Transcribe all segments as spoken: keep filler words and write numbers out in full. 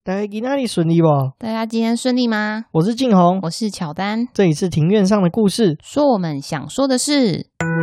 大家今天顺利不？ 大家今天顺利吗？ 我是静宏， 我是巧丹。 这里是庭院上的故事， 说我们想说的事。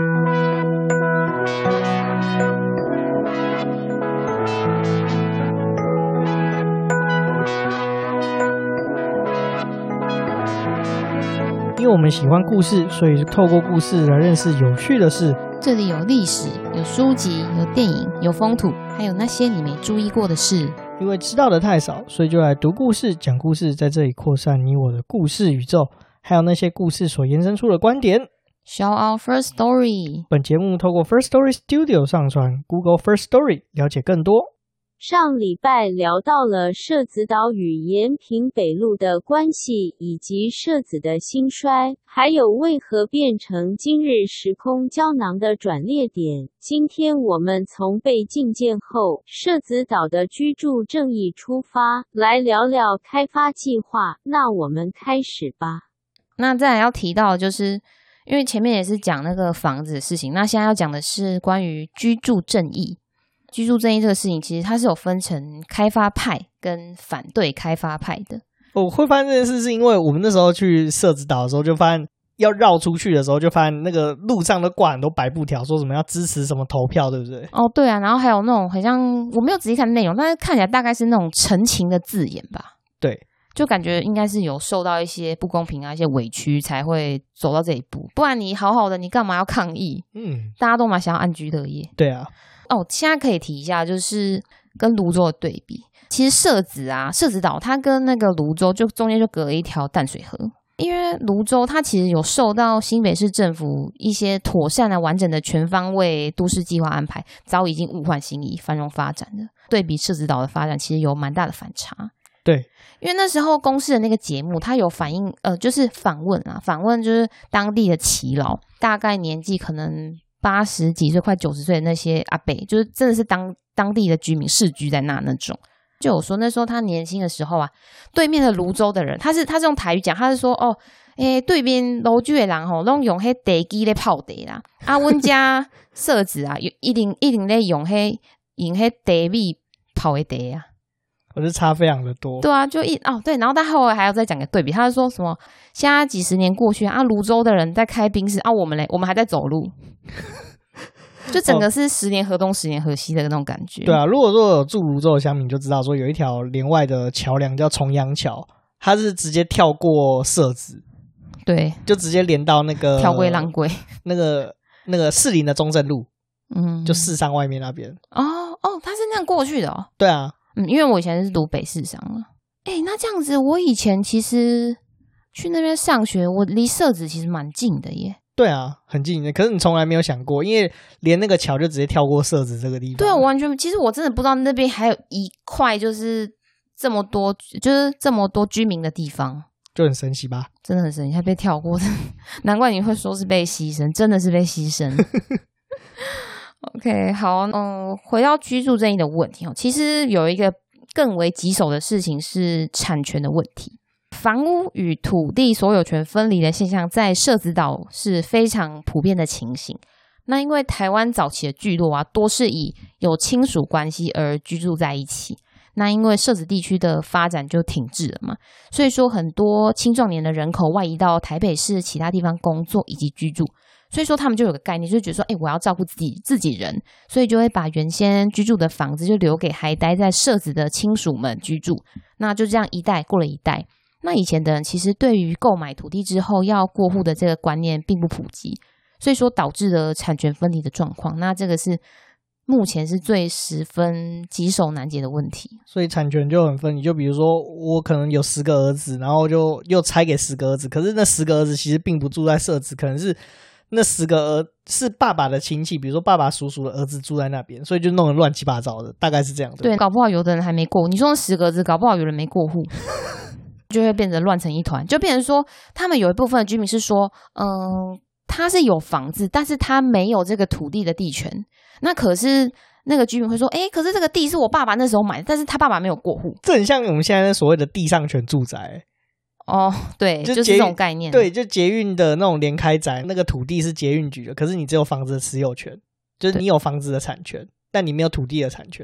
因为我们喜欢故事，所以透过故事来认识有趣的事。 这里有历史，有书籍，有电影，有风土，还有那些你没注意过的事。 因为知道的太少，所以就来读故事、讲故事，在这里扩散你我的故事宇宙，还有那些故事所延伸出的观点。 Shout out First Story。 本节目透过 First Story Studio 上传 Google First Story， 了解更多。 上礼拜聊到了社子岛与延平北路的关系，以及社子的兴衰，还有为何变成今日时空胶囊的转捩点。今天我们从被禁建后社子岛的居住正义出发，来聊聊开发计划。那我们开始吧。 那再来要提到的就是因为前面也是讲那个房子的事情，那现在要讲的是关于居住正义。居住正义这个事情其实它是有分成开发派跟反对开发派的。 我会发现这件事是因为我们那时候去社子岛的时候，就发现要绕出去的时候，就发现那个路上都挂很多白布条，说什么要支持什么投票，对不对？ 哦，对啊，然后还有那种很像，我没有仔细看内容，但是看起来大概是那种陈情的字眼吧。 对， 就感觉应该是有受到一些不公平啊、一些委屈才会走到这一步，不然你好好的，你干嘛要抗议？嗯，大家都嘛想要安居乐业。 对啊。 哦，现在可以提一下，就是跟泸州的对比。其实社子啊，社子岛它跟那个泸州就中间就隔了一条淡水河。因为泸州它其实有受到新北市政府一些妥善的、完整的全方位都市计划安排，早已经物换星移、繁荣发展了。对比社子岛的发展，其实有蛮大的反差。 对， 因为那时候公视的那个节目，它有反映，呃，就是访问啊，访问就是当地的耆老，大概年纪可能八十几岁、快九十岁的那些阿伯，就是真的是当当地的居民世居在那那种。就有说那时候他年轻的时候啊，对面的泸州的人，他是他是用台语讲，他是说哦，诶、欸，对面泸州的人吼，拢用迄地基咧泡茶啦。啊，阮家社子啊，一定一定咧用迄用迄地米泡的茶啊。 我就差非常的多。 对啊，就一哦对，然后他后来还要再讲个对比，他就说什么现在几十年过去啊，泸州的人在开宾士啊，我们嘞，我们还在走路。就整个是十年河东十年河西的那种感觉。 对啊，如果说有住泸州的乡民就知道说有一条连外的桥梁叫重阳桥，它是直接跳过社子，对，就直接连到那个跳过浪龟那个那个士林的中正路，嗯，就士商外面那边。 哦哦，它是那样过去的哦。 对啊， 嗯，因为我以前是读北士商了。哎，那这样子，我以前其实去那边上学，我离社子其实蛮近的耶。 对啊，很近的。可是你从来没有想过，因为连那个桥就直接跳过社子这个地方。 对啊，我完全其实我真的不知道那边还有一块就是这么多，就是这么多居民的地方， 就很神奇吧？ 真的很神奇，它被跳过，难怪你会说是被牺牲，真的是被牺牲。OK， 好，嗯，回到居住正义的问题哦，其实有一个更为棘手的事情是产权的问题。房屋与土地所有权分离的现象在社子岛是非常普遍的情形。那因为台湾早期的聚落啊，多是以有亲属关系而居住在一起。那因为社子地区的发展就停滞了嘛，所以说很多青壮年的人口外移到台北市其他地方工作以及居住。所以说他们就有个概念，就觉得说，哎、欸，我要照顾自己自己人，所以就会把原先居住的房子就留给还待在社子的亲属们居住。那就这样一代过了一代。那以前的人其实对于购买土地之后要过户的这个观念并不普及，所以说导致了产权分离的状况。那这个是目前是最十分棘手难解的问题。 所以产权就很分离，就比如说我可能有十个儿子，然后就又拆给十个儿子，可是那十个儿子其实并不住在社子，可能是那十个儿是爸爸的亲戚，比如说爸爸叔叔的儿子住在那边，所以就弄得乱七八糟的，大概是这样。 对, 对，搞不好有的人还没过户，你说那十个儿子搞不好有人没过户。就会变成乱成一团，就变成说他们有一部分的居民是说嗯，他是有房子，但是他没有这个土地的地权。那可是那个居民会说，诶，可是这个地是我爸爸那时候买的，但是他爸爸没有过户。 这很像我们现在所谓的地上权住宅。 哦，对，就, 就是这种概念。 对，就捷运的那种联开宅，那个土地是捷运局的，可是你只有房子的持有权，就是你有房子的产权，但你没有土地的产权。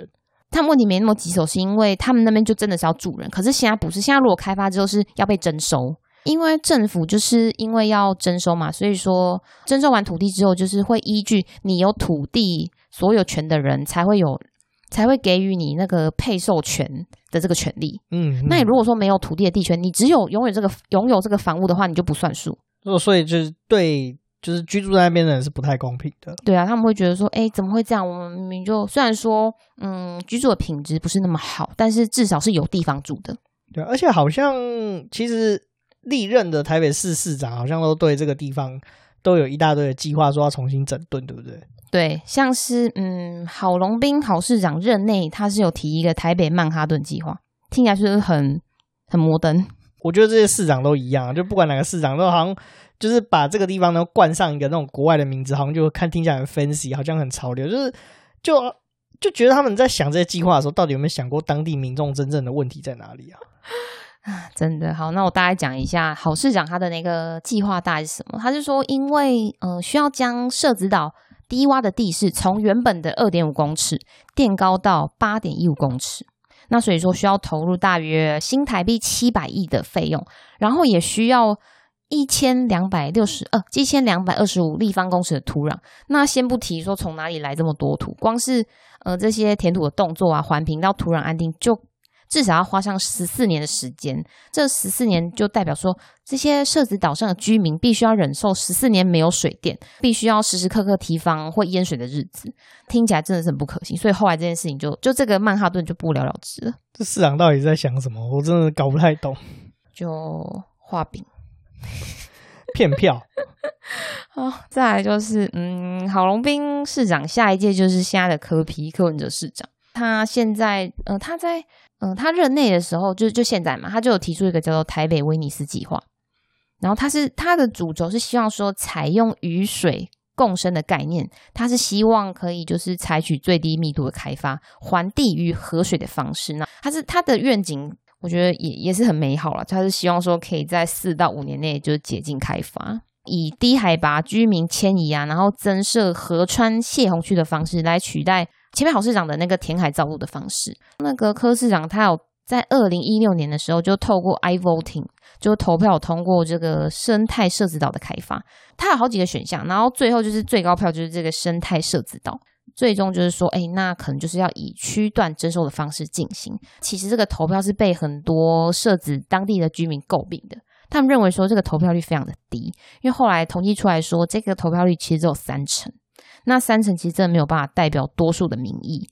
他们问题没那么棘手，是因为他们那边就真的是要住人，可是现在不是，现在如果开发之后是要被征收，因为政府就是因为要征收嘛，所以说征收完土地之后，就是会依据你有土地所有权的人才会有才会给予你那个配授权的这个权利。嗯，嗯那你如果说没有土地的地权，你只有拥有这个拥有这个房屋的话，你就不算数。 所以就是对，就是居住在那边的人是不太公平的。 对啊，他们会觉得说，哎，怎么会这样？我们明明就虽然说，嗯，居住的品质不是那么好，但是至少是有地方住的。 对，而且好像其实历任的台北市市长好像都对这个地方都有一大堆的计划，说要重新整顿，对不对？ 对，像是嗯，郝龙斌郝市长任内，他是有提一个台北曼哈顿计划，听起来就是很很摩登。 我觉得这些市长都一样，就不管哪个市长都好像就是把这个地方呢冠上一个那种国外的名字，好像就看听起来很 fancy， 好像很潮流，就是就就觉得他们在想这些计划的时候，到底有没有想过当地民众真正的问题在哪里啊？ 啊，真的好，那我大概讲一下郝市长他的那个计划大概是什么？他是说，因为呃需要将社子岛低洼的地势从原本的 二点五公尺垫高到 八点一五公尺，那所以说需要投入大约新台币七百亿的费用，然后也需要一千两百六十呃一千两百二十五立方公尺的土壤。那先不提说从哪里来这么多土，光是呃这些填土的动作啊，环评到土壤安定，就至少要花上十四年的时间。这十四年就代表说，这些社子岛上的居民必须要忍受十四年没有水电，必须要时时刻刻提防会淹水的日子，听起来真的是很不可行。所以后来这件事情就就这个曼哈顿就不了了之了。 这市长到底在想什么？我真的搞不太懂。 就画饼骗票。 哦，再来就是嗯，郝龙斌市长下一届就是现在的柯 P 柯文哲市长。他现在呃他在嗯、呃、他任内的时候，就就现在嘛，他就有提出一个叫做台北威尼斯计划。然后他是他的主轴是希望说采用雨水共生的概念，他是希望可以就是采取最低密度的开发，还地于河水的方式。那他是他的愿景，我觉得也也是很美好啦，他是希望说可以在四到五年内就是解禁开发，以低海拔居民迁移啊，然后增设河川泄洪区的方式来取代前面郝市长的那个填海造陆的方式。那个柯市长他有在二零一六年的时候就透过 iVoting 就投票通过这个生态社子岛的开发，他有好几个选项，然后最后就是最高票就是这个生态社子岛，最终就是说，哎，那可能就是要以区段征收的方式进行。其实这个投票是被很多社子当地的居民诟病的，他们认为说这个投票率非常的低，因为后来统计出来说，这个投票率其实只有三成，那三成其实真的没有办法代表多数的民意。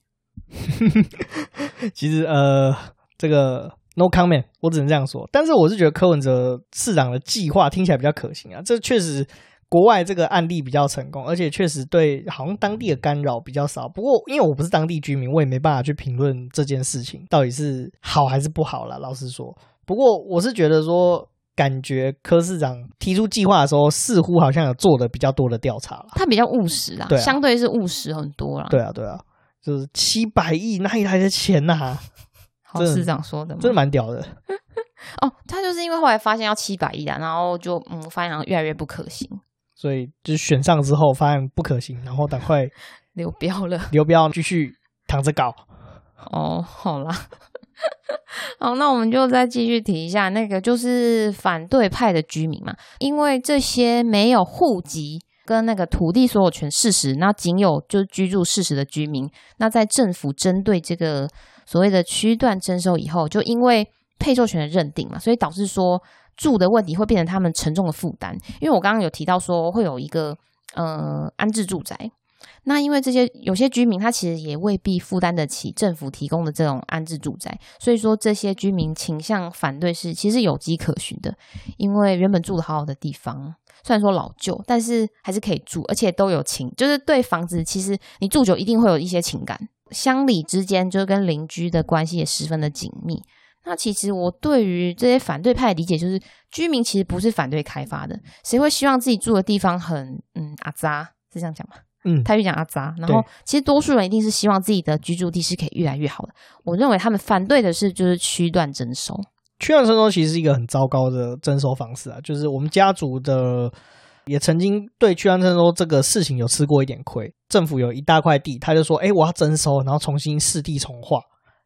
其实呃，这个 no comment， 我只能这样说。但是我是觉得柯文哲市长的计划听起来比较可行啊，这确实国外这个案例比较成功，而且确实对好像当地的干扰比较少。不过因为我不是当地居民，我也没办法去评论这件事情到底是好还是不好啦，老实说。不过我是觉得说，感觉柯市长提出计划的时候，似乎好像有做的比较多的调查啦， 他比较务实啦，对啊，相对是务实很多啦。 对啊对啊，就是七百亿哪里来的钱啊？ 郝市长说的吗？ 真的蛮屌的。 哦，他就是因为后来发现要七百亿啦，然后就嗯发现越来越不可行， 所以就是选上之后发现不可行，然后赶快流标了， 流标继续躺着搞。 哦，好啦。好，那我们就再继续提一下那个就是反对派的居民嘛，因为这些没有户籍跟那个土地所有权事实，那仅有就是居住事实的居民，那在政府针对这个所谓的区段征收以后，就因为配授权的认定嘛，所以导致说住的问题会变成他们沉重的负担。因为我刚刚有提到说会有一个呃安置住宅，那因为这些有些居民他其实也未必负担得起政府提供的这种安置住宅，所以说这些居民倾向反对是其实有迹可循的。因为原本住得好好的地方，虽然说老旧，但是还是可以住，而且都有情，就是对房子其实你住久一定会有一些情感，乡里之间就跟邻居的关系也十分的紧密。那其实我对于这些反对派的理解就是，居民其实不是反对开发的，谁会希望自己住的地方很嗯阿杂，是这样讲吗？嗯，台语讲阿杂。然后其实多数人一定是希望自己的居住地是可以越来越好的。我认为他们反对的是就是区段征收。 区段征收其实是一个很糟糕的征收方式啊，就是我们家族的也曾经对区段征收这个事情有吃过一点亏。政府有一大块地，他就说，哎，我要征收，然后重新市地重划。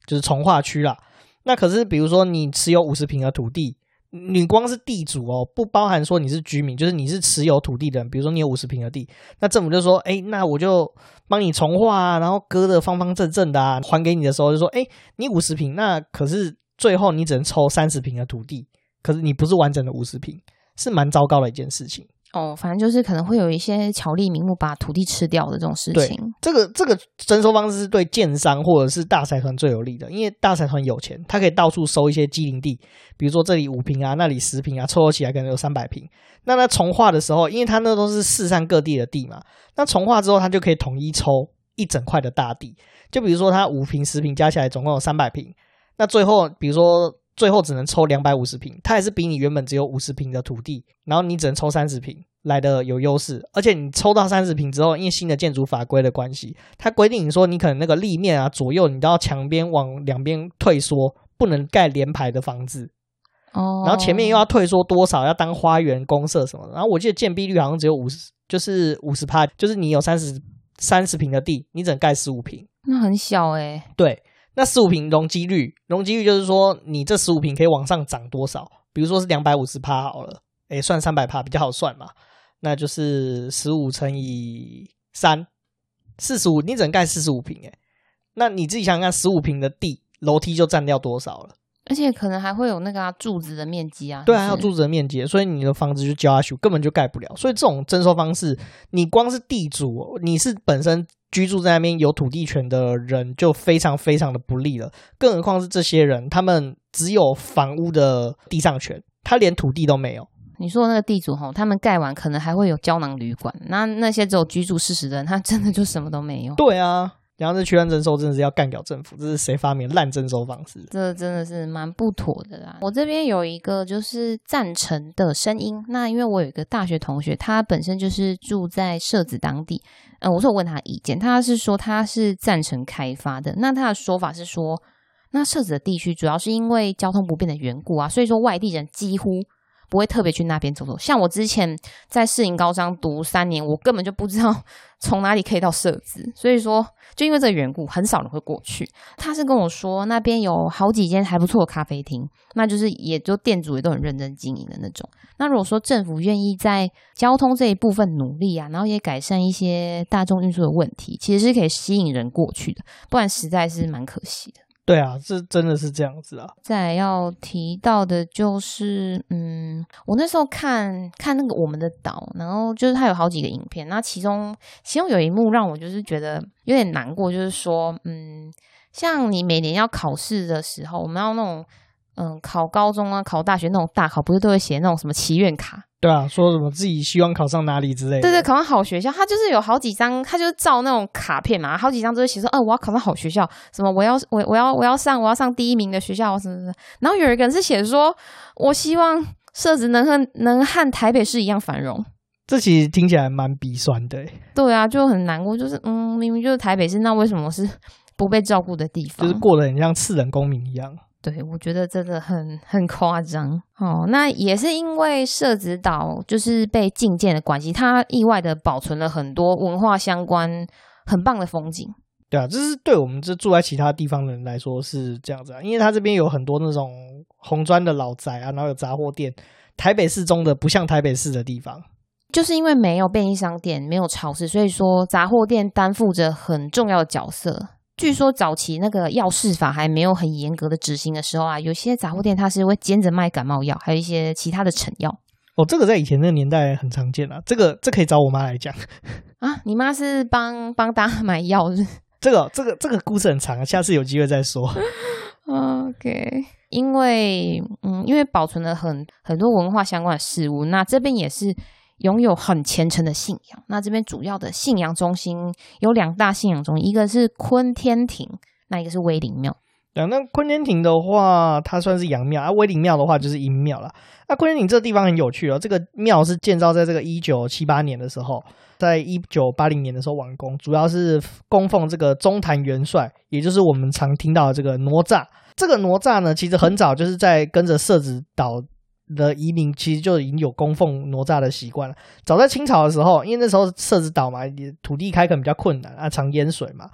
就是从化区啦。那可是比如说你持有五十坪的土地，你光是地主哦，不包含说你是居民，就是你是持有土地的人，比如说你有五十坪的地，那政府就说，哎，那我就帮你重划啊，然后割得方方正正的啊，还给你的时候就说，哎，你五十坪，那可是最后你只能抽三十坪的土地，可是你不是完整的五十坪，是蛮糟糕的一件事情。 哦，反正就是可能会有一些巧立名目把土地吃掉的这种事情。 对，这个这个征收方式是对建商或者是大财团最有利的，因为大财团有钱，他可以到处收一些畸零地，比如说这里五坪啊，那里十坪啊，凑合起来可能有三百坪。那他重划的时候，因为他那都是四散各地的地嘛，那重划之后他就可以统一抽一整块的大地，就比如说他五坪十坪加起来总共有三百坪，那最后比如说最后只能抽两百五十坪，它也是比你原本只有五十坪的土地，然后你只能抽三十坪来的有优势。而且你抽到三十坪之后，因为新的建筑法规的关系，它规定你说你可能那个立面啊左右你都要墙边往两边退缩，不能盖连排的房子哦，然后前面又要退缩多少，要当花园公社什么的。然后我记得建蔽率好像只有五十，就是五十趴，就是你有三十三十坪的地，你只能盖十五坪， 那很小诶、欸、 对。那十五坪容积率，容积率就是说你这十五坪可以往上涨多少，比如说是 两百五十趴 好了，诶算 三百趴 比较好算嘛，那就是十五乘以三，四十五，你只能盖四十五坪诶，那你自己想想看，十五坪的地楼梯就占掉多少了， 而且可能还会有那个、啊、柱子的面积啊， 对啊，还有柱子的面积，所以你的房子就交下去根本就盖不了。所以这种征收方式，你光是地主，你是本身居住在那边有土地权的人就非常非常的不利了，更何况是这些人他们只有房屋的地上权，他连土地都没有。 你说的那个地主他们盖完可能还会有胶囊旅馆，那那些只有居住事实的人他真的就什么都没有。 对啊，然后这区段征收真的是要干掉政府，这是谁发明烂征收方式？ 这真的是蛮不妥的啦。我这边有一个就是赞成的声音，那因为我有一个大学同学，他本身就是住在社子当地，呃，我说我问他意见，他是说他是赞成开发的。那他的说法是说，那社子的地区主要是因为交通不便的缘故啊，所以说外地人几乎不会特别去那边走走。像我之前在士林高商读三年，我根本就不知道从哪里可以到社子，所以说就因为这个缘故，很少人会过去。他是跟我说那边有好几间还不错的咖啡厅，那就是也就店主也都很认真经营的那种。那如果说政府愿意在交通这一部分努力啊，然后也改善一些大众运输的问题，其实是可以吸引人过去的，不然实在是蛮可惜的。 对啊，这真的是这样子啊。 再来要提到的就是，嗯，我那时候看看那个我们的岛，然后就是它有好几个影片，那其中其中有一幕让我就是觉得有点难过，就是说，嗯，像你每年要考试的时候，我们要那种，嗯，考高中啊、考大学那种大考，不是都会写那种什么祈愿卡？ 对啊，说什么自己希望考上哪里之类的。 对对，考上好学校，他就是有好几张，他就是照那种卡片嘛，好几张都是写说，哦、呃，我要考上好学校，什么我要我我要我要上我要上第一名的学校，什么什么。然后有一个人是写说，我希望社子能和能和台北市一样繁荣。 这其实听起来蛮鼻酸的。 对啊，就很难过，就是嗯，明明就是台北市，那为什么是不被照顾的地方？ 就是过得很像次等公民一样。 对，我觉得真的很很夸张哦。那也是因为社子岛就是被禁建的关系，它意外的保存了很多文化相关很棒的风景。 对啊，这是对我们这住在其他地方的人来说是这样子啊，因为它这边有很多那种红砖的老宅啊，然后有杂货店，台北市中的不像台北市的地方。 就是因为没有便利商店，没有超市，所以说杂货店担负着很重要的角色。据说早期那个药事法还没有很严格的执行的时候啊，有些杂货店它是会兼着卖感冒药，还有一些其他的成药。 哦，这个在以前那个年代很常见啊，这个这可以找我妈来讲啊。你妈是帮帮大家买药是不是？ 这个这个这个故事很长，下次有机会再说。 OK， 因为嗯，因为保存了很很多文化相关的事物，那这边也是拥有很虔诚的信仰。那这边主要的信仰中心有两大信仰中心，一个是坤天庭，那一个是威灵庙。 对，那坤天庭的话它算是阳庙啊，威灵庙的话就是阴庙啦。那坤天庭这个地方很有趣哦，这个庙是建造在这个一九七八年的时候，在一九八零年的时候完工，主要是供奉这个中坛元帅，也就是我们常听到的这个哪吒。这个哪吒呢，其实很早就是在跟着社子岛的移民，其实就已经有供奉哪吒的习惯了。早在清朝的时候，因为那时候社子岛嘛，土地开垦比较困难啊，常淹水嘛，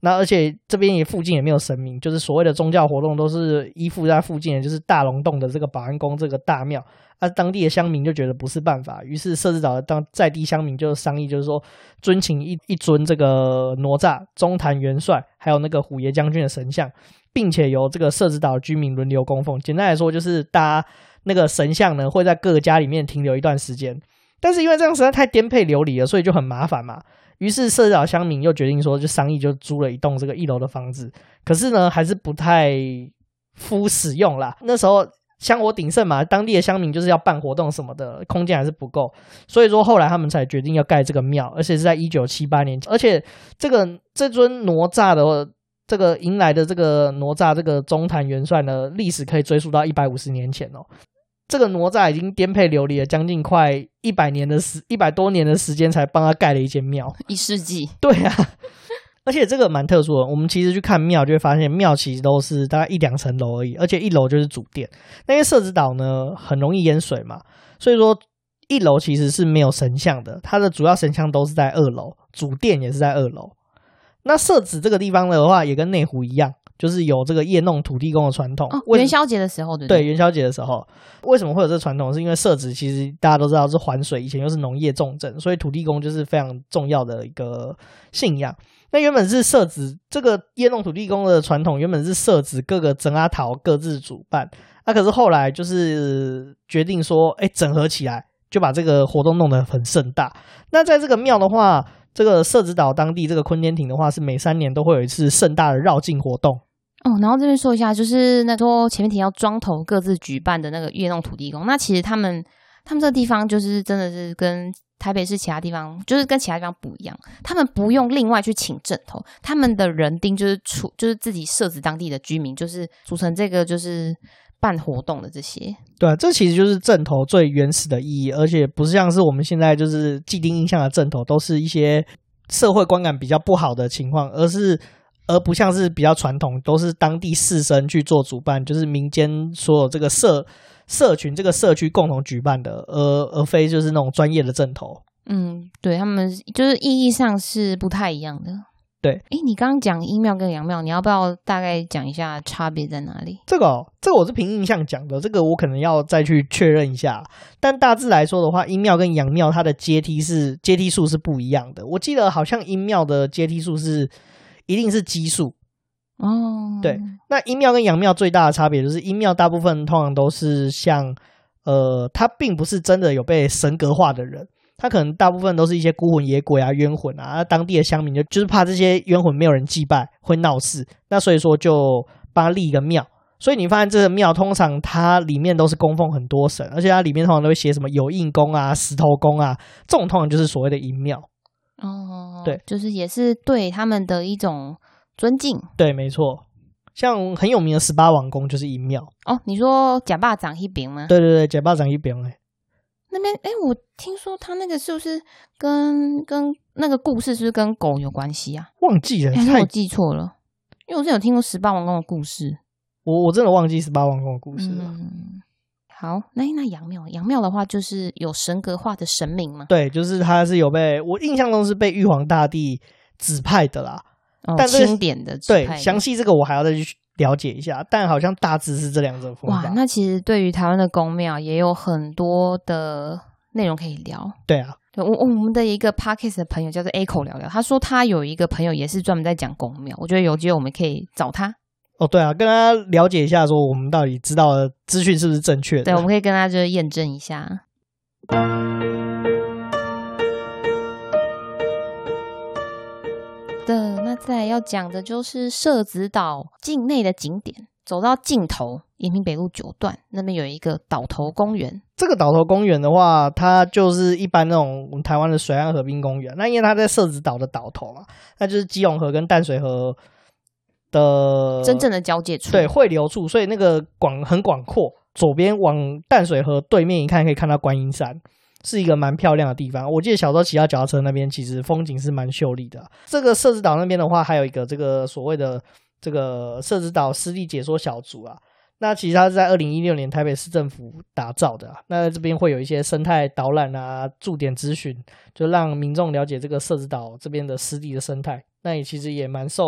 那而且这边也附近也没有神明，就是所谓的宗教活动都是依附在附近的，就是大龙洞的这个保安宫这个大庙。啊，当地的乡民就觉得不是办法，于是社子岛的当在地乡民就商议，就是说尊请一一尊这个哪吒、中坛元帅，还有那个虎爷将军的神像，并且由这个社子岛的居民轮流供奉。简单来说，就是大家那个神像呢会在各个家里面停留一段时间，但是因为这样实在太颠沛流离了，所以就很麻烦嘛。于是社子岛乡民又决定说，就商议就租了一栋这个一楼的房子，可是呢还是不太敷使用啦。那时候香火鼎盛嘛，当地的乡民就是要办活动什么的，空间还是不够，所以说后来他们才决定要盖这个庙，而且是在一九七八年，而且这个这尊哪吒的这个迎来的这个哪吒这个中坛元帅呢，历史可以追溯到一百五十年前哦。这个哪吒已经颠沛流离了将近快一百年的时一百多年的时间，才帮他盖了一间庙， 一世纪。 对啊。而且这个蛮特殊的，我们其实去看庙就会发现，庙其实都是大概一两层楼而已，而且一楼就是主殿。那因为社子岛呢很容易淹水嘛，所以说一楼其实是没有神像的，它的主要神像都是在二楼，主殿也是在二楼。那社子这个地方的话，也跟内湖一样，就是有这个夜弄土地公的传统。 哦，元宵节的时候，对不对？ 对，元宵节的时候，为什么会有这个传统？是因为社子其实大家都知道是环水，以前又是农业重镇，所以土地公就是非常重要的一个信仰。那原本是社子这个夜弄土地公的传统，原本是社子各个曾阿桃各自主办，那、啊、可是后来就是决定说，哎，整合起来，就把这个活动弄得很盛大。那在这个庙的话，这个社子岛当地这个坤天亭的话，是每三年都会有一次盛大的绕境活动。 哦，然后这边说一下，就是那说前面提到庄头各自举办的那个夜弄土地公，那其实他们他们这个地方就是真的是跟台北市其他地方就是跟其他地方不一样，他们不用另外去请阵头，他们的人丁就是出就是自己社子当地的居民，就是组成这个就是办活动的这些。 对啊，这其实就是阵头最原始的意义，而且不是像是我们现在就是既定印象的阵头都是一些社会观感比较不好的情况，而是而不像是比较传统都是当地士绅去做主办，就是民间所有这个社社群这个社区共同举办的，而而非就是那种专业的阵头。 嗯，对，他们就是意义上是不太一样的。 对， 诶，你刚刚讲阴庙跟阳庙，你要不要大概讲一下差别在哪里？ 这个、哦、这个我是凭印象讲的，这个我可能要再去确认一下。但大致来说的话，阴庙跟阳庙它的阶梯是阶梯数是不一样的。我记得好像阴庙的阶梯数是一定是奇数。 哦， 对，那阴庙跟阳庙最大的差别就是阴庙大部分通常都是像呃，它并不是真的有被神格化的人，他可能大部分都是一些孤魂野鬼啊、冤魂啊，当地的乡民就就是怕这些冤魂没有人祭拜会闹事，那所以说就帮他立一个庙。所以你发现这个庙通常它里面都是供奉很多神，而且它里面通常都会写什么有应公啊、石头公啊，这种通常就是所谓的阴庙。 哦， 对， 就是也是对他们的一种尊敬。 对，没错。像很有名的十八王宫就是阴庙。 哦，你说假霸掌一边吗？ 对对对，假霸掌一边哎。 那边哎，我听说他那个是不是跟跟那个故事是不是跟狗有关系啊？ 忘记了， 还是我记错了？因为我之前有听过十八王宫的故事， 我我真的忘记十八王宫的故事了。 嗯，好，那那阳庙，阳庙的话就是有神格化的神明嘛？ 对，就是他是有被我印象中是被玉皇大帝指派的啦。 哦， 但是钦点的指派的， 对，详细这个我还要再去了解一下，但好像大致是这两种风法。 哇，那其实对于台湾的宫庙也有很多的内容可以聊。 对啊， 对，我我们的一个 podcast 的朋友叫做 A 口聊聊，他说他有一个朋友也是专门在讲宫庙，我觉得有机会我们可以找他。 哦，对啊，跟他了解一下，说我们到底知道的资讯是不是正确的？ 对，我们可以跟他就是验证一下。的那再来要讲的就是社子岛境内的景点，走到尽头延平北路九段那边有一个岛头公园。 这个岛头公园的话，它就是一般那种我们台湾的水岸河滨公园，那因为它在社子岛的岛头嘛，那就是基隆河跟淡水河的真正的交界处， 对，汇流处，所以那个广很广阔，左边往淡水河对面一看可以看到观音山，是一个蛮漂亮的地方。我记得小时候骑到脚踏车那边，其实风景是蛮秀丽的。这个社子岛那边的话，还有一个这个所谓的这个社子岛湿地解说小组啊，那其实它是在二零一六年台北市政府打造的、啊。那这边会有一些生态导览啊、驻点咨询，就让民众了解这个社子岛这边的湿地的生态。那也其实也蛮受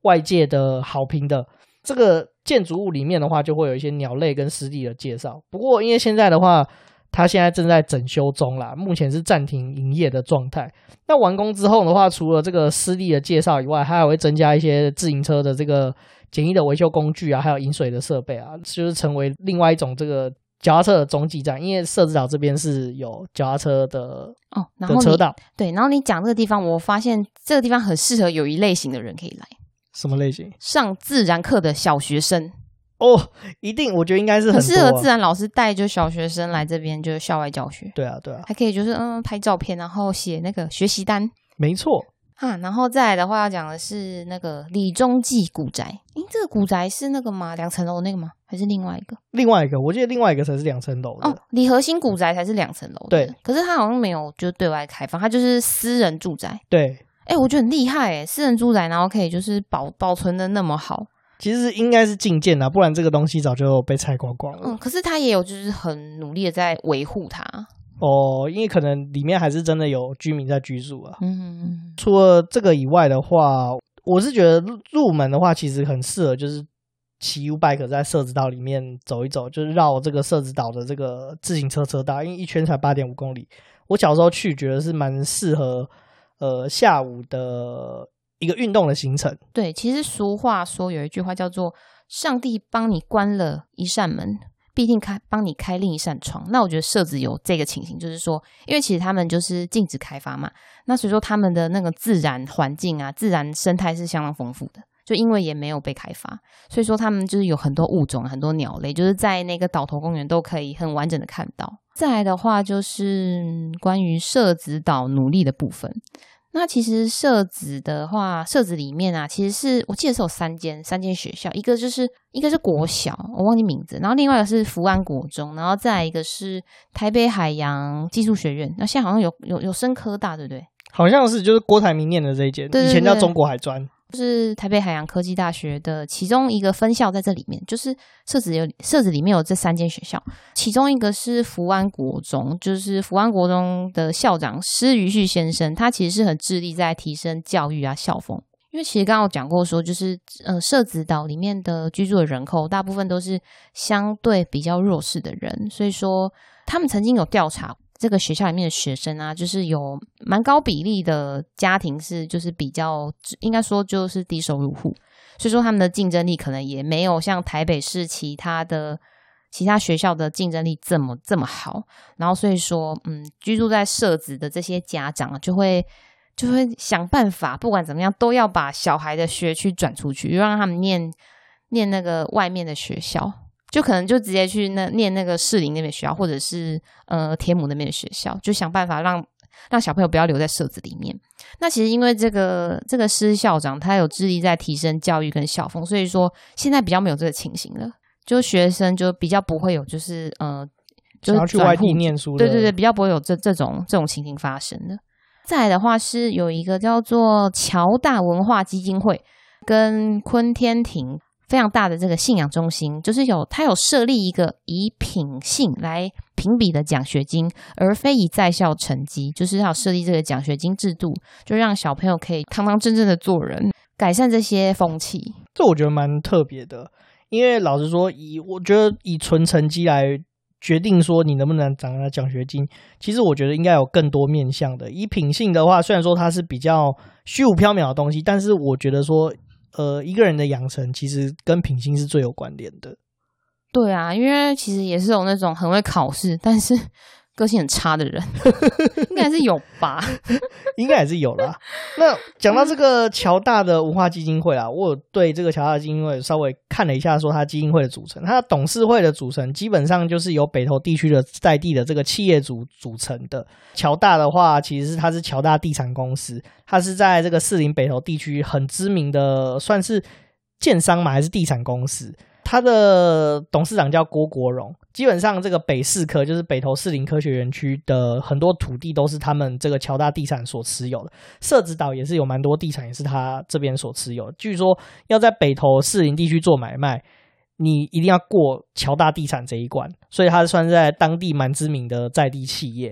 外界的好评的。这个建筑物里面的话，就会有一些鸟类跟湿地的介绍。不过因为现在的话，它现在正在整修中啦，目前是暂停营业的状态。那完工之后的话，除了这个湿地的介绍以外，它还会增加一些自行车的这个简易的维修工具啊，还有饮水的设备啊，就是成为另外一种这个脚踏车的中继站。因为社子岛这边是有脚踏车的哦，然后的车道。 对，然后你讲这个地方，我发现这个地方很适合有一类型的人可以来。 什么类型？ 上自然课的小学生。 哦，一定，我觉得应该是很多、啊、 很适合自然老师带就小学生来这边就是校外教学。 对啊对啊， 还可以就是嗯拍照片，然后写那个学习单。 没错啊，然后再来的话要讲的是那个李中记古宅。诶，这个古宅是那个吗？两层楼那个吗？还是另外一个？ 另外一个，我记得另外一个才是两层楼的。 哦，李和新古宅才是两层楼的。 对， 可是它好像没有就对外开放，它就是私人住宅。 对， 哎，我觉得很厉害哎，私人住宅然后可以就是保保存的那么好。 其实应该是禁建啦，不然这个东西早就被拆光光了。 嗯，可是他也有就是很努力的在维护它。 哦，因为可能里面还是真的有居民在居住啊。 嗯， 除了这个以外的话，我是觉得入门的话，其实很适合就是骑 U-Bike 在社子岛里面走一走，就是绕这个社子岛的这个自行车车道，因为一圈才 八点五公里。我小时候去觉得是蛮适合呃下午的一个运动的行程。 对，其实俗话说有一句话叫做上帝帮你关了一扇门，必定开帮你开另一扇窗。那我觉得社子有这个情形，就是说因为其实他们就是禁止开发嘛，那所以说他们的那个自然环境啊，自然生态是相当丰富的，就因为也没有被开发，所以说他们就是有很多物种很多鸟类，就是在那个岛头公园都可以很完整的看到。再来的话就是关于社子岛努力的部分。那其实社子的话，社子里面啊，其实是我记得是有三间三间学校，一个就是一个是国小，我忘记名字，然后另外一个是福安国中，然后再来一个是台北海洋技术学院，那现在好像有有有升科大，对不对？ 好像是，就是郭台铭念的这一间，以前叫中国海专， 就是台北海洋科技大学的其中一个分校在这里面，就是社子有社子里面有这三间学校，其中一个是福安国中，就是福安国中的校长施于旭先生，他其实是很致力在提升教育啊校风。因为其实刚刚有讲过说，就是呃社子岛里面的居住的人口大部分都是相对比较弱势的人，所以说他们曾经有调查这个学校里面的学生啊，就是有蛮高比例的家庭是就是比较应该说就是低收入户，所以说他们的竞争力可能也没有像台北市其他的其他学校的竞争力这么这么好。然后所以说嗯，居住在社子的这些家长就会就会想办法，不管怎么样都要把小孩的学区转出去，让他们念念那个外面的学校，就可能就直接去那念那个士林那边学校，或者是呃天母那边的学校，就想办法让让小朋友不要留在社子里面。那其实因为这个这个施校长他有致力在提升教育跟校风，所以说现在比较没有这个情形了，就学生就比较不会有就是呃就是想要去外地念书的， 对对对，比较不会有这这种这种情形发生的。再来的话是有一个叫做侨大文化基金会跟昆天庭非常大的这个信仰中心，就是有他有设立一个以品性来评比的奖学金，而非以在校成绩，就是要设立这个奖学金制度，就让小朋友可以堂堂正正的做人，改善这些风气。 这我觉得蛮特别的，因为老实说以我觉得以纯成绩来决定说你能不能涨到奖学金，其实我觉得应该有更多面向的。以品性的话，虽然说它是比较虚无缥缈的东西，但是我觉得说呃，一个人的养成其实跟品性是最有关联的。 对啊，因为其实也是有那种很会考试但是个性很差的人应该是有吧应该也是有啦。那讲到这个侨大的文化基金会啦，我有对这个侨大基金会稍微看了一下说它基金会的组成，它的董事会的组成基本上就是由北投地区的在地的这个企业主组成的。侨大的话其实是它是侨大地产公司，它是在这个士林北投地区很知名的算是建商嘛还是地产公司，他的董事长叫郭国荣，基本上这个北士科就是北投士林科学园区的很多土地都是他们这个侨大地产所持有的，社子岛也是有蛮多地产也是他这边所持有的。据说要在北投士林地区做买卖，你一定要过侨大地产这一关，所以他算是在当地蛮知名的在地企业。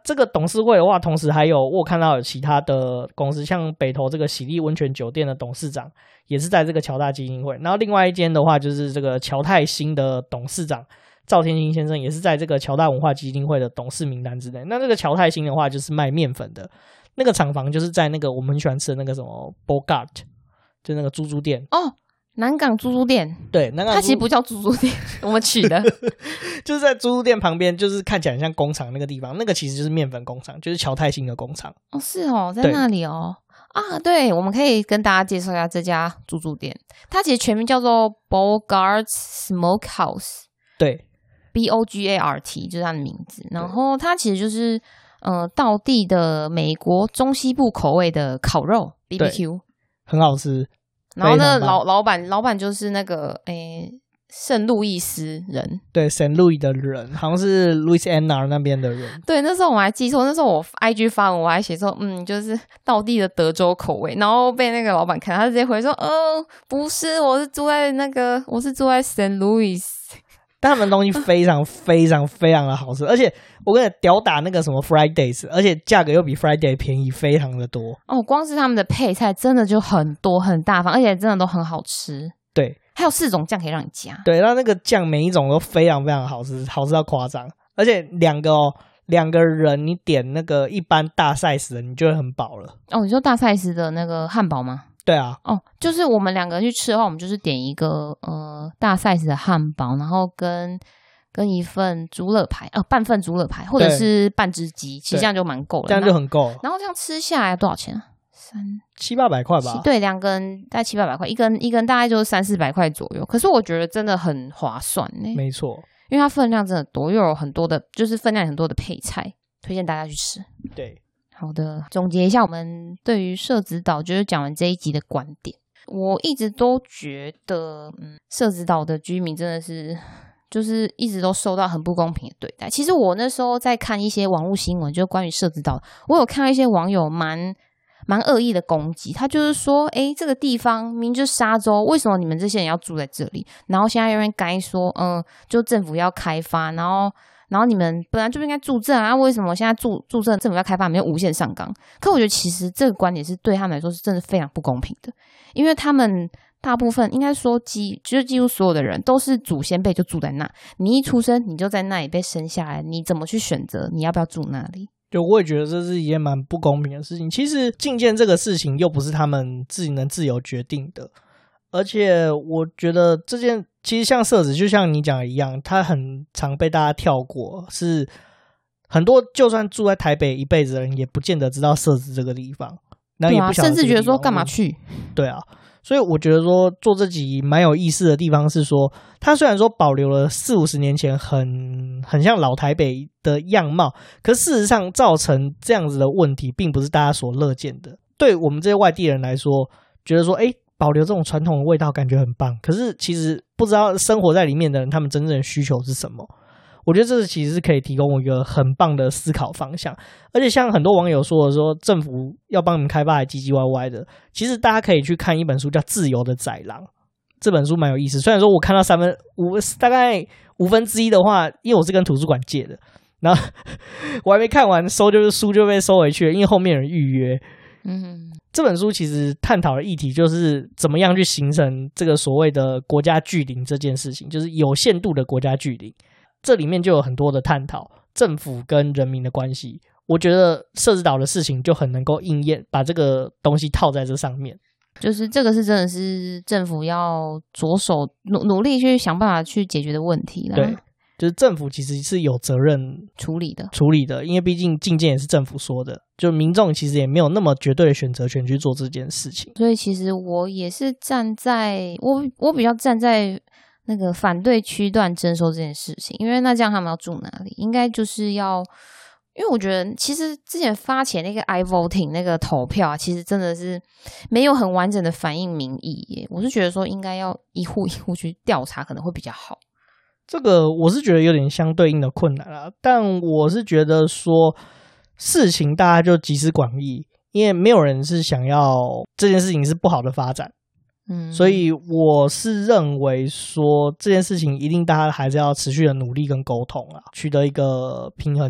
这个董事会的话，同时还有我看到有其他的公司，像北投这个喜力温泉酒店的董事长也是在这个侨大基金会，然后另外一间的话就是这个侨泰新的董事长赵天心先生也是在这个侨大文化基金会的董事名单之内。那这个侨泰新的话就是卖面粉的，那个厂房就是在那个我们很喜欢吃的那个什么 Bogart， 就那个猪猪店哦。南港猪猪店， 对，南港它其实不叫猪猪店，我们取的， 就是在猪猪店旁边，就是看起来很像工厂那个地方，那个其实就是面粉工厂，就是侨泰新的工厂。 哦，是哦，在那里哦。啊，对，我们可以跟大家介绍一下这家猪猪店，它其实全名叫做 Bogart's Smokehouse， 对 ，B O G A R T 就是它的名字。然后它其实就是呃道地的美国中西部口味的烤肉 B B Q， 很好吃。 然后呢，老老板老板就是那个诶圣路易斯人， 对，圣路易的人，好像是 Louisiana 那边的人。 对，那时候我还记错，那时候我 I G 发文我还写说，嗯，就是道地的德州口味，然后被那个老板看，他直接回说，哦，不是，我是住在那个，我是住在 Saint Louis。 但他们东西非常非常非常的好吃，而且我跟你屌打那个什么 Fridays， 而且价格又比 Friday 便宜非常的多哦。光是他们的配菜真的就很多很大方，而且真的都很好吃。 对， 还有四种酱可以让你加。 对，然后那个酱每一种都非常非常好吃，好吃到夸张。而且两个哦，两个人你点那个一般大 size 的，你就会很饱了。 哦，你说大 size 的那个汉堡吗？ 对啊， 哦，就是我们两个人去吃的话，我们就是点一个呃大 size 的汉堡，然后跟跟一份猪肋排，呃半份猪肋排，或者是半只鸡，其实这样就蛮够了， 这样就很够了。 然后这样吃下来多少钱啊？三七八百块吧？ 对，两个人大概七八百块，一个人一个人大概就是三四百块左右。可是我觉得真的很划算呢、欸。 没错， 因为它分量真的多，又有很多的，就是分量很多的配菜，推荐大家去吃。 对。 好的，总结一下我们对于社子岛就是讲完这一集的观点。我一直都觉得，嗯，社子岛的居民真的是，就是一直都受到很不公平的对待。其实我那时候在看一些网络新闻，就是关于社子岛，我有看到一些网友蛮蛮恶意的攻击。他就是说，诶，这个地方明明就是沙洲，为什么你们这些人要住在这里？然后现在有人该说，嗯，就政府要开发，然后。然后你们本来就不应该住这啊，为什么现在住住这政府要开发，没有无限上纲？可我觉得其实这个观点是对他们来说是真的非常不公平的，因为他们大部分应该说几就是几乎所有的人都是祖先辈就住在那，你一出生你就在那里被生下来，你怎么去选择你要不要住那里？ 就我也觉得这是一件蛮不公平的事情。其实进建这个事情又不是他们自己能自由决定的，而且我觉得这件其实像社子就像你讲的一样，它很常被大家跳过，是很多就算住在台北一辈子的人也不见得知道社子这个地方，然后也不晓得、 啊、甚至觉得说干嘛去。 对啊，所以我觉得说做这集蛮有意思的地方是说，它虽然说保留了四五十年前很很像老台北的样貌，可事实上造成这样子的问题并不是大家所乐见的。对我们这些外地人来说，觉得说诶保留这种传统的味道感觉很棒，可是其实不知道生活在里面的人他们真正的需求是什么。我觉得这其实是可以提供一个很棒的思考方向。而且像很多网友说的说政府要帮你们开发还唧唧歪歪的，其实大家可以去看一本书叫《自由的宰狼》，这本书蛮有意思。虽然说我看到三分五大概五分之一的话，因为我是跟图书馆借的，然后我还没看完，收就是书就被收回去了，因为后面有人预约。嗯，这本书其实探讨的议题就是怎么样去形成这个所谓的国家巨灵这件事情，就是有限度的国家巨灵。这里面就有很多的探讨政府跟人民的关系。我觉得社子岛的事情就很能够应验，把这个东西套在这上面。 就是这个是真的是政府要着手努努力去想办法去解决的问题啦。 对。就是政府其实是有责任处理的， 处理的，因为毕竟进建也是政府说的，就民众其实也没有那么绝对的选择权去做这件事情。 所以其实我也是站在我我比较站在那个反对区段征收这件事情，因为那这样他们要住哪里？应该就是要，因为我觉得其实之前发起那个 iVoting 那个投票啊，其实真的是没有很完整的反映民意耶。我是觉得说应该要一户一户去调查，可能会比较好。 这个我是觉得有点相对应的困难啦，但我是觉得说事情大家就集思广益，因为没有人是想要这件事情是不好的发展，嗯，所以我是认为说这件事情一定大家还是要持续的努力跟沟通啦，取得一个平衡点。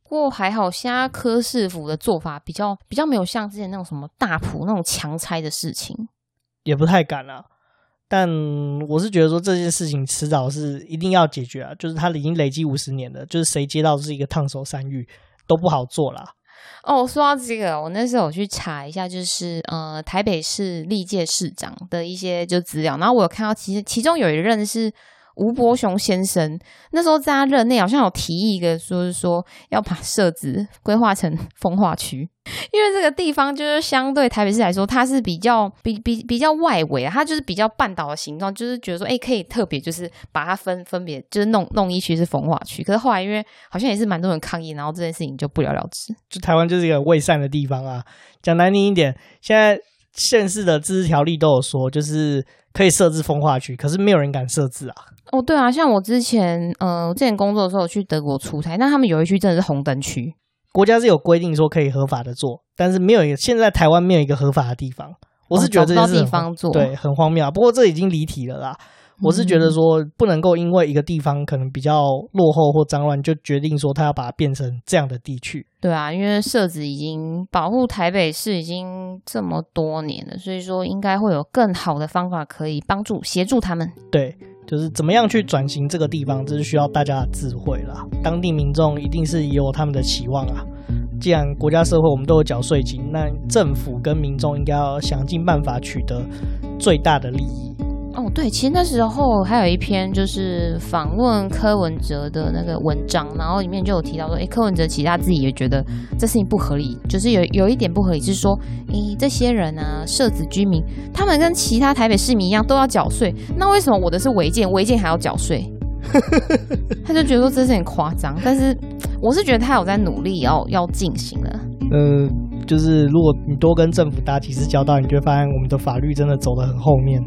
不过还好，现在柯市府的做法比较比较没有像之前那种什么大埔那种强拆的事情， 也不太敢啊。但我是觉得说这件事情迟早是一定要解决啊，就是它已经累积五十年了，就是谁接到是一个烫手山芋，都不好做啦。 哦，说到这个，我那时候有去查一下，就是呃台北市历届市长的一些就资料，然后我有看到，其实其中有一任是吴伯雄先生，那时候在他任内好像有提议一个，说是说要把社子规划成风化区，因为这个地方就是相对台北市来说，它是比较比比比较外围啊，它就是比较半岛的形状，就是觉得说，哎、欸，可以特别就是把它分分别，就是弄弄一区是风化区。可是后来因为好像也是蛮多人抗议，然后这件事情就不了了之。 就台湾就是一个未善的地方啊，讲难听一点，现在县市的自治条例都有说，就是可以设置风化区，可是没有人敢设置啊。 哦，对啊，像我之前，呃，我之前工作的时候去德国出差，那他们有一区真的是红灯区。 国家是有规定说可以合法的做，但是没有一个，现在台湾没有一个合法的地方。我是觉得这件事很、 哦、找不到地方做， 对，很荒谬啊。不过这已经离题了啦。我是觉得说不能够因为一个地方可能比较落后或脏乱，就决定说他要把它变成这样的地区。 对啊，因为社子已经保护台北市已经这么多年了，所以说应该会有更好的方法可以帮助协助他们。 对，就是怎么样去转型这个地方，这是需要大家的智慧啦。当地民众一定是有他们的期望啊。既然国家社会我们都有缴税金，那政府跟民众应该要想尽办法取得最大的利益。 哦，对，其实那时候还有一篇就是访问柯文哲的那个文章，然后里面就有提到说，哎，柯文哲其实他自己也觉得这事情不合理，就是有有一点不合理，是说，诶，这些人啊，社子居民，他们跟其他台北市民一样都要缴税，那为什么我的是违建，违建还要缴税？他就觉得说这是很夸张，但是我是觉得他有在努力要要进行了。 呃，就是如果你多跟政府打几次交道，你就会发现我们的法律真的走得很后面。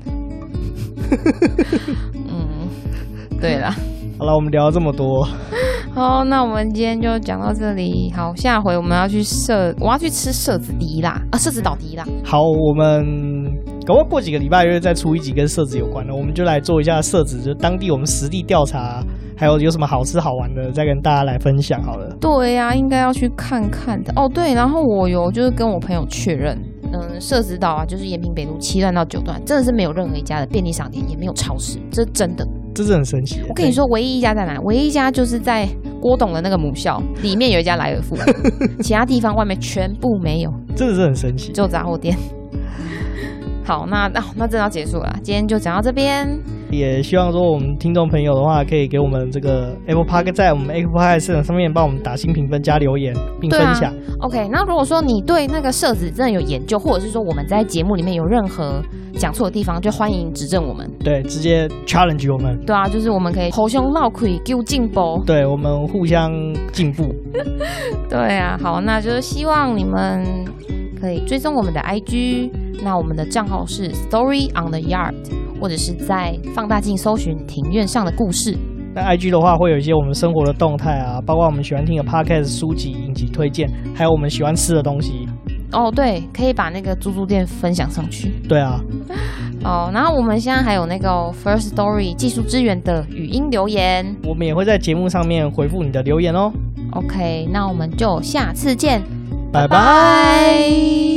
嗯，对啦。 好了，我们聊了这么多， 好，那我们今天就讲到这里。好，下回我们要去社，我要去吃社子第一辣啊，社子岛第一辣。 好，我们搞不好过几个礼拜又再出一集跟社子有关的，我们就来做一下社子，就当地我们实地调查，还有有什么好吃好玩的，再跟大家来分享好了。 对呀、啊，应该要去看看的哦。对，然后我有就是跟我朋友确认。嗯，社子岛啊，就是延平北路七段到九段，真的是没有任何一家的便利商店，也没有超市，这是真的， 这是很神奇。 我跟你说，唯一一家在哪？唯一一家就是在郭董的那个母校里面有一家莱尔富，其他地方外面全部没有， 真的是很神奇， 只有杂货店。好，那那那真的要结束了，今天就讲到这边。 也希望说我们听众朋友的话，可以给我们这个 Apple Podcast 在我们 Apple Podcast 上面帮我们打新评分、加留言并分享。啊、 OK， 那如果说你对那个社子真的有研究，或者是说我们在节目里面有任何讲错的地方，就欢迎指正我们。 对，直接 challenge 我们。 对啊，就是我们可以互相闹开，求进步。 对，我们互相进步。 对啊，好，那就是希望你们可以追踪我们的 I G， 那我们的账号是 Story on the Yard。或者是在放大镜搜寻庭院上的故事。 那 I G 的话会有一些我们生活的动态啊，包括我们喜欢听的 podcast 书籍影集推荐，还有我们喜欢吃的东西。 哦，对，可以把那个猪猪店分享上去。 对啊。 哦，然后我们现在还有那个 First Story 技术支援的语音留言， 我们也会在节目上面回复你的留言哦。 OK， 那我们就下次见， 拜拜。